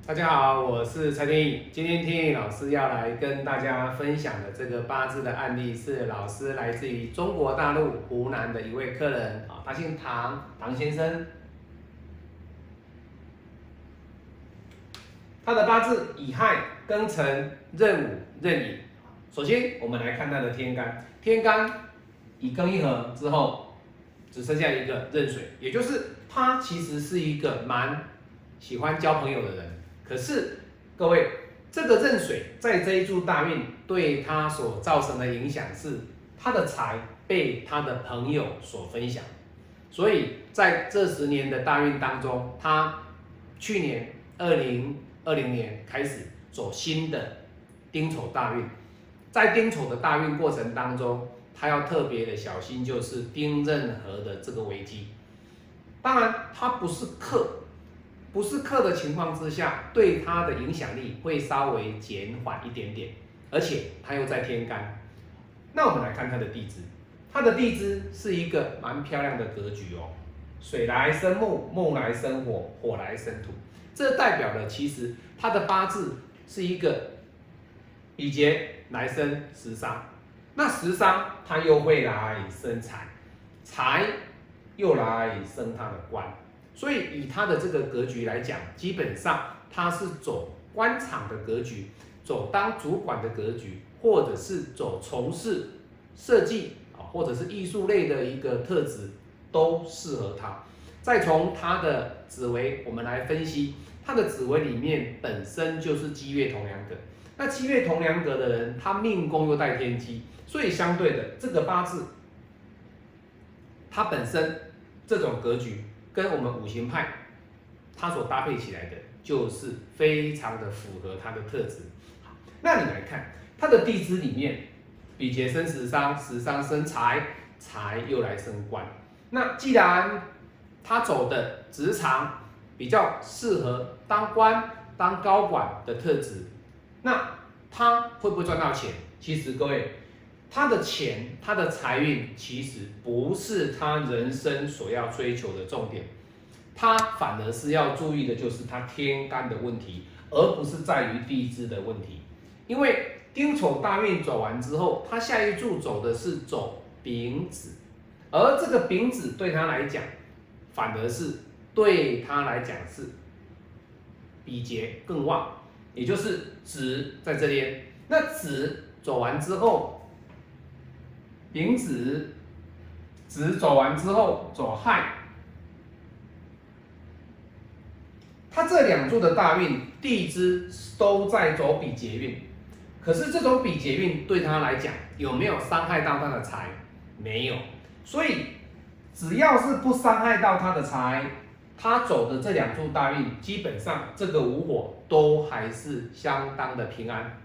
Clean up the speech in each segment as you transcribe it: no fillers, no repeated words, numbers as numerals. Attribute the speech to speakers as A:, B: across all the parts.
A: 大家好，我是蔡天颖。今天天颖老师要来跟大家分享的这个八字的案例，是老师来自于中国大陆湖南的一位客人啊，他姓唐，唐先生。他的八字乙亥、庚辰、壬午、壬寅。首先，我们来看他的天干，天干乙庚一合之后，只剩下一个壬水，也就是他其实是一个蛮喜欢交朋友的人。可是各位，这个壬水在这一柱大运对他所造成的影响是，他的财被他的朋友所分享，所以在这10年的大运当中，他去年2020年开始走新的丁丑大运，在丁丑的大运过程当中，他要特别的小心，就是丁壬合的这个危机。当然，他不是克的情况之下，对他的影响力会稍微减缓一点点，而且他又在天干。那我们来看他的地支，他的地支是一个蛮漂亮的格局哦，水来生木，木来生火，火来生土，这代表了其实他的八字是一个比劫来生食伤，那食伤他又会来生财，财又来生他的官。所以以他的这个格局来讲，基本上他是走官场的格局，走当主管的格局，或者是走从事设计或者是艺术类的一个特质，都适合他。再从他的紫微，我们来分析，他的紫微里面本身就是基月同梁格，那基月同梁格的人，他命宫又带天机，所以相对的这个八字，他本身这种格局。跟我们五行派它所搭配起来的，就是非常的符合它的特质。好，那你来看它的地支里面，比劫生食伤，食伤生财，财又来生官。那既然他走的职场比较适合当官、当高管的特质，那他会不会赚到钱？其实各位，他的钱，他的财运，其实不是他人生所要追求的重点，他反而是要注意的就是他天干的问题，而不是在于地支的问题。因为丁丑大运走完之后，他下一柱走的是走丙子，而这个丙子对他来讲，反而是对他来讲是比劫更旺，也就是子在这边。那子走完之后，丙子走完之后走亥，他这2柱的大运地支都在走比劫运，可是这种比劫运对他来讲有没有伤害到他的财？没有，所以只要是不伤害到他的财，他走的这2柱大运基本上这个午火都还是相当的平安。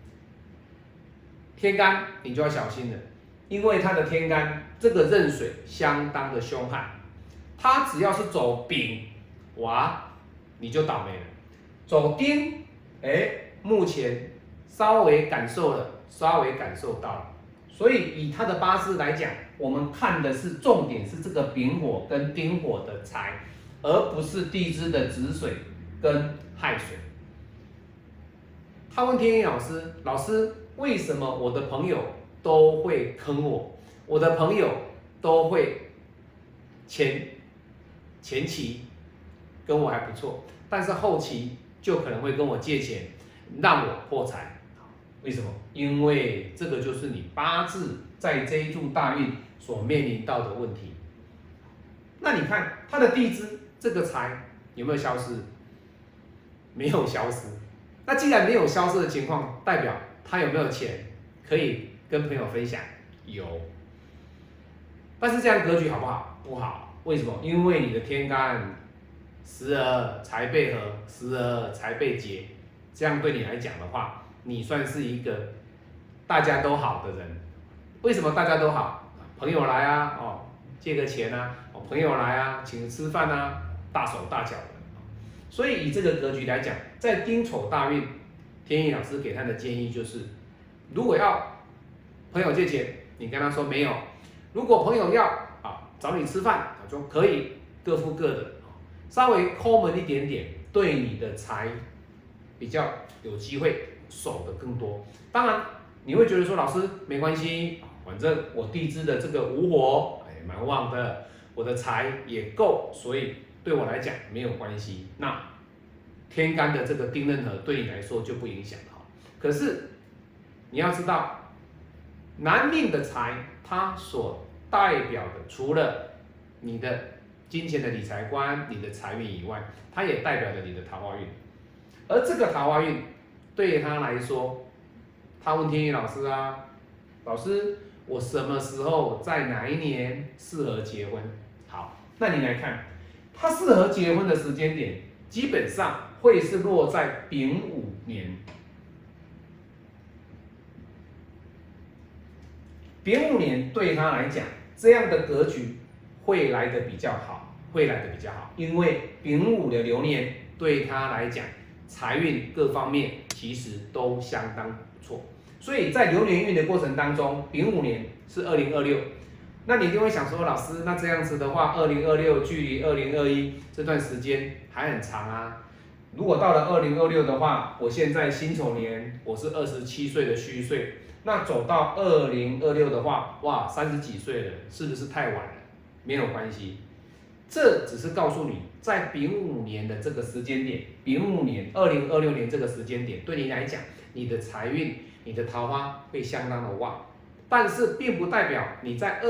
A: 天干你就要小心了。因为他的天干这个壬水相当的凶悍，他只要是走丙，哇，你就倒霉了。走丁，目前稍微感受到了。所以以他的八字来讲，我们看的是重点是这个丙火跟丁火的财，而不是地支的子水跟亥水。他问天一老师，老师为什么我的朋友都会坑我，我的朋友都会前期跟我还不错，但是后期就可能会跟我借钱，让我破财。为什么？因为这个就是你八字在这一柱大运所面临到的问题。那你看他的地支这个财有没有消失？没有消失。那既然没有消失的情况，代表他有没有钱可以跟朋友分享？有，但是这样格局好不好？不好。为什么？因为你的天干时而财被合，时而财被劫，这样对你来讲的话，你算是一个大家都好的人。为什么大家都好？朋友来啊，借个钱啊，朋友来啊，请吃饭啊，大手大脚的。所以以这个格局来讲，在丁丑大运，天意老师给他的建议就是，如果要朋友借钱，你跟他说没有；如果朋友要找你吃饭，就可以各付各的，稍微抠门一点点，对你的财比较有机会守得更多。当然，你会觉得说，老师没关系，反正我地支的这个午火蛮旺的，我的财也够，所以对我来讲没有关系。那天干的这个丁壬合对你来说就不影响了。可是你要知道，男命的财，它所代表的除了你的金钱的理财观、你的财运以外，它也代表着你的桃花运。而这个桃花运对他来说，他问天宇老师啊，老师，我什么时候在哪一年适合结婚？好，那你来看，他适合结婚的时间点，基本上会是落在丙午年。丙午年对他来讲，这样的格局会来得比较好，因为丙午的流年对他来讲，财运各方面其实都相当不错。所以在流年运的过程当中，丙午年是2026，那你一定会想说，老师，那这样子的话，2026距离2021这段时间还很长啊。如果到了2026的话，我现在辛丑年，我是27岁的虚岁，那走到2026的话，哇，30几岁了，是不是太晚了？没有关系，这只是告诉你，在丙午年的这个时间点，丙午年2026年这个时间点，对你来讲，你的财运、你的桃花会相当的旺，但是并不代表你在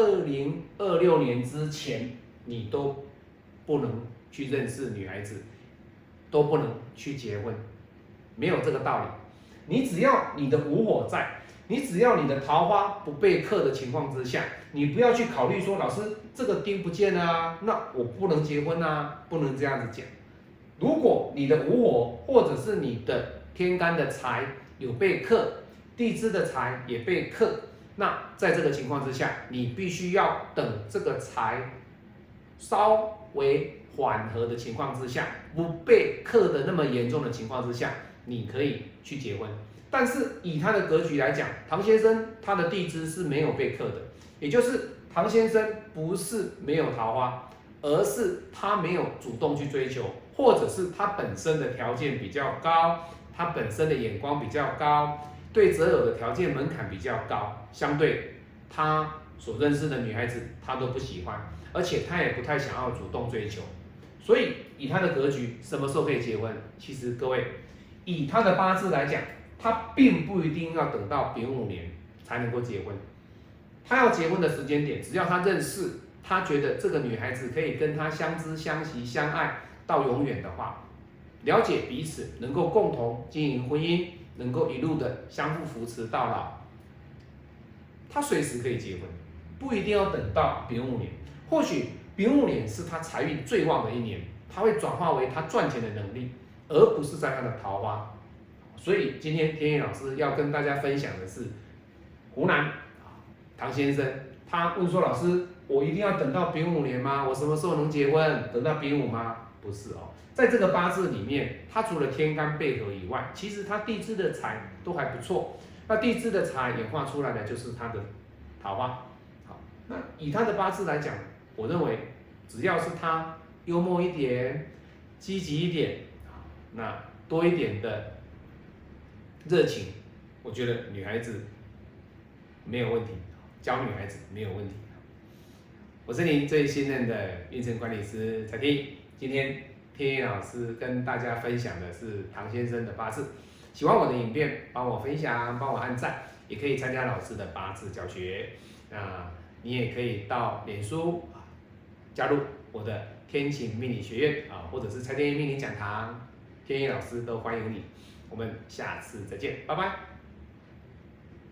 A: 2026年之前，你都不能去认识女孩子，都不能去结婚，没有这个道理。你只要你的午火在，你只要你的桃花不被克的情况之下，你不要去考虑说，老师这个丁不见了啊，那我不能结婚啊，不能这样子讲。如果你的午火或者是你的天干的财有被克，地支的财也被克，那在这个情况之下，你必须要等这个财稍微缓和的情况之下，不被克的那么严重的情况之下，你可以去结婚。但是以他的格局来讲，唐先生他的地支是没有被克的，也就是唐先生不是没有桃花，而是他没有主动去追求，或者是他本身的条件比较高，他本身的眼光比较高，对择偶的条件门槛比较高，相对他所认识的女孩子他都不喜欢，而且他也不太想要主动追求。所以以他的格局，什么时候可以结婚？其实各位，以他的八字来讲，他并不一定要等到丙午年才能够结婚。他要结婚的时间点，只要他认识，他觉得这个女孩子可以跟他相知相惜相爱到永远的话，了解彼此，能够共同经营婚姻，能够一路的相互扶持到老，他随时可以结婚，不一定要等到丙午年。或许丙午年是他财运最旺的一年，他会转化为他赚钱的能力，而不是在他的桃花。所以今天天野老师要跟大家分享的是，湖南唐先生，他问说，老师，我一定要等到丙午年吗？我什么时候能结婚？等到丙午吗？不是哦，在这个八字里面，他除了天干配合以外，其实他地支的财都还不错。那地支的财演化出来的就是他的桃花。好，那以他的八字来讲，我认为只要是他幽默一点、积极一点，那多一点的热情，我觉得女孩子没有问题，教女孩子没有问题。我是您最信任的运程管理师彩天，今天天野老师跟大家分享的是唐先生的八字。喜欢我的影片，帮我分享，帮我按赞，也可以参加老师的八字教学。那你也可以到脸书加入我的天晴命理学院或者是蔡天一命理讲堂，天野老师都欢迎你。我们下次再见，拜拜。